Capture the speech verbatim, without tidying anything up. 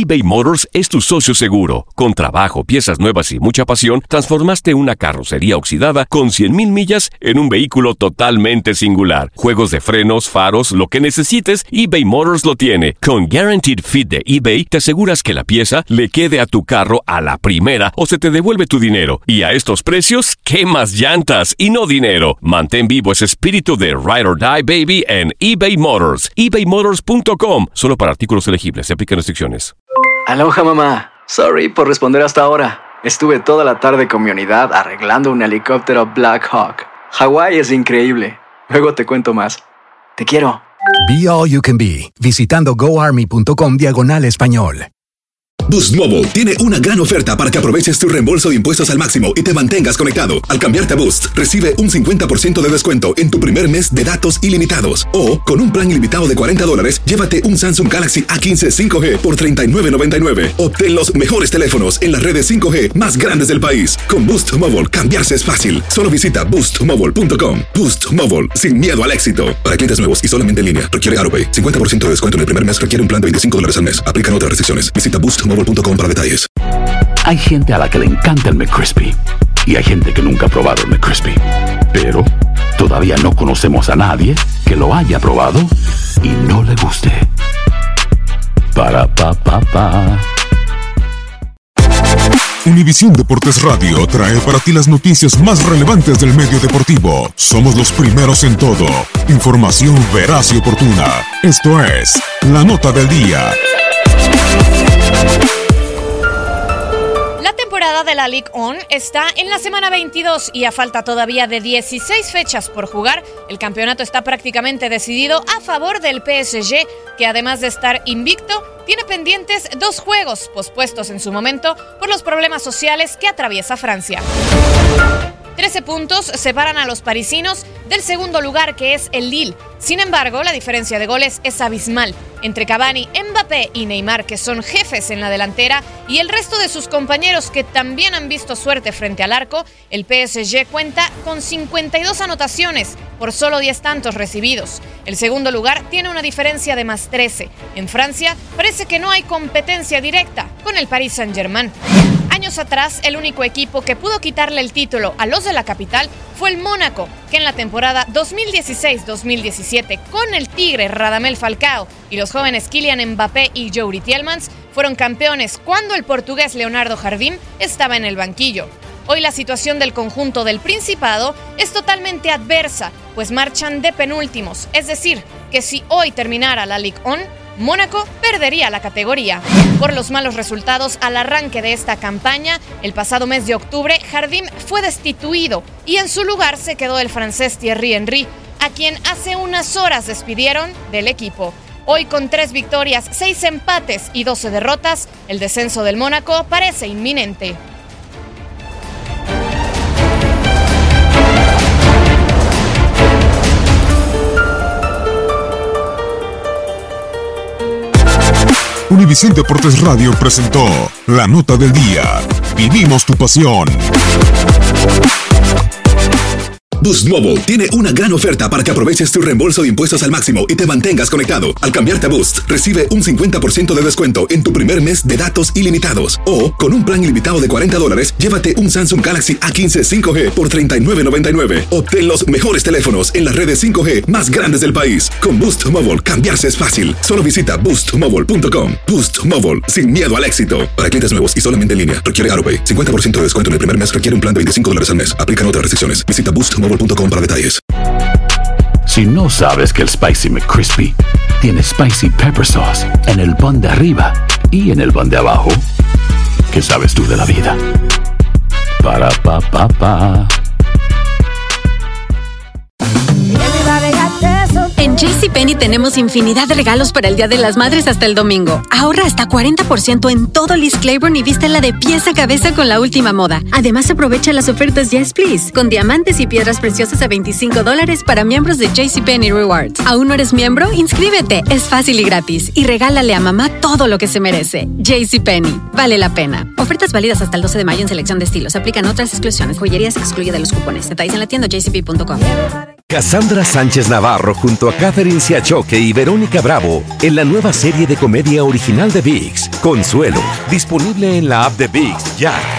eBay Motors es tu socio seguro. Con trabajo, piezas nuevas y mucha pasión, transformaste una carrocería oxidada con cien mil millas en un vehículo totalmente singular. Juegos de frenos, faros, lo que necesites, eBay Motors lo tiene. Con Guaranteed Fit de eBay, te aseguras que la pieza le quede a tu carro a la primera o se te devuelve tu dinero. Y a estos precios, ¿qué más llantas y no dinero? Mantén vivo ese espíritu de Ride or Die, baby, en eBay Motors. ebay motors punto com. Solo para artículos elegibles. Se aplican restricciones. Aloha, mamá. Sorry por responder hasta ahora. Estuve toda la tarde con mi unidad arreglando un helicóptero Black Hawk. Hawái es increíble. Luego te cuento más. Te quiero. Be All You Can Be, visitando goarmy.com diagonal español. Boost Mobile tiene una gran oferta para que aproveches tu reembolso de impuestos al máximo y te mantengas conectado. Al cambiarte a Boost, recibe un cincuenta por ciento de descuento en tu primer mes de datos ilimitados. O, con un plan ilimitado de cuarenta dólares, llévate un Samsung Galaxy A quince cinco G por treinta y nueve noventa y nueve. Obtén los mejores teléfonos en las redes cinco G más grandes del país. Con Boost Mobile, cambiarse es fácil. Solo visita boost mobile punto com. Boost Mobile, sin miedo al éxito. Para clientes nuevos y solamente en línea, requiere AutoPay. cincuenta por ciento de descuento en el primer mes, requiere un plan de veinticinco dólares al mes. Aplican otras restricciones. Visita boost mobile punto com para detalles. Hay gente a la que le encanta el McCrispy y hay gente que nunca ha probado el McCrispy. Pero todavía no conocemos a nadie que lo haya probado y no le guste. Para pa pa pa. Univisión Deportes Radio trae para ti las noticias más relevantes del medio deportivo. Somos los primeros en todo. Información veraz y oportuna. Esto es La Nota del Día. La temporada de la Ligue uno está en la semana veintidós y a falta todavía de dieciséis fechas por jugar, el campeonato está prácticamente decidido a favor del P S G, que además de estar invicto, tiene pendientes dos juegos pospuestos en su momento por los problemas sociales que atraviesa Francia. trece puntos separan a los parisinos del segundo lugar, que es el Lille. Sin embargo, la diferencia de goles es abismal entre Cavani, Mbappé y Neymar, que son jefes en la delantera, y el resto de sus compañeros que también han visto suerte frente al arco. El P S G cuenta con cincuenta y dos anotaciones por solo diez tantos recibidos. El segundo lugar tiene una diferencia de más trece. En Francia parece que no hay competencia directa con el Paris Saint-Germain. Años atrás, el único equipo que pudo quitarle el título a los de la capital fue el Mónaco, que en la temporada dos mil dieciséis dos mil diecisiete, con el Tigre Radamel Falcao y los jóvenes Kylian Mbappé y Youri Tielemans, fueron campeones cuando el portugués Leonardo Jardim estaba en el banquillo. Hoy la situación del conjunto del Principado es totalmente adversa, pues marchan de penúltimos, es decir, que si hoy terminara la Ligue uno, Mónaco perdería la categoría. Por los malos resultados al arranque de esta campaña, el pasado mes de octubre, Jardim fue destituido y en su lugar se quedó el francés Thierry Henry, a quien hace unas horas despidieron del equipo. Hoy, con tres victorias, seis empates y doce derrotas, el descenso del Mónaco parece inminente. Univisión Deportes Radio presentó La Nota del Día. Vivimos tu pasión. Boost Mobile tiene una gran oferta para que aproveches tu reembolso de impuestos al máximo y te mantengas conectado. Al cambiarte a Boost, recibe un cincuenta por ciento de descuento en tu primer mes de datos ilimitados. O, con un plan ilimitado de cuarenta dólares, llévate un Samsung Galaxy A quince cinco G por treinta y nueve noventa y nueve. Obtén los mejores teléfonos en las redes cinco G más grandes del país. Con Boost Mobile, cambiarse es fácil. Solo visita boost mobile punto com. Boost Mobile, sin miedo al éxito. Para clientes nuevos y solamente en línea, requiere AutoPay. cincuenta por ciento de descuento en el primer mes, requiere un plan de veinticinco dólares al mes. Aplican otras restricciones. Visita boost mobile punto com para detalles. Si no sabes que el Spicy McCrispy tiene Spicy Pepper Sauce en el pan de arriba y en el pan de abajo, ¿qué sabes tú de la vida? Para pa pa pa. En JCPenney tenemos infinidad de regalos para el Día de las Madres hasta el domingo. Ahorra hasta cuarenta por ciento en todo Liz Claiborne y vístela de pies a cabeza con la última moda. Además, aprovecha las ofertas Yes Please, con diamantes y piedras preciosas a veinticinco dólares para miembros de JCPenney Rewards. ¿Aún no eres miembro? Inscríbete. Es fácil y gratis. Y regálale a mamá todo lo que se merece. JCPenney. Vale la pena. Ofertas válidas hasta el doce de mayo en selección de estilos. Aplican otras exclusiones. Joyerías excluye de los cupones. Detalles en la tienda j c p punto com. Cassandra Sánchez Navarro junto a Catherine Siachoque y Verónica Bravo en la nueva serie de comedia original de ViX, Consuelo, disponible en la app de ViX ya.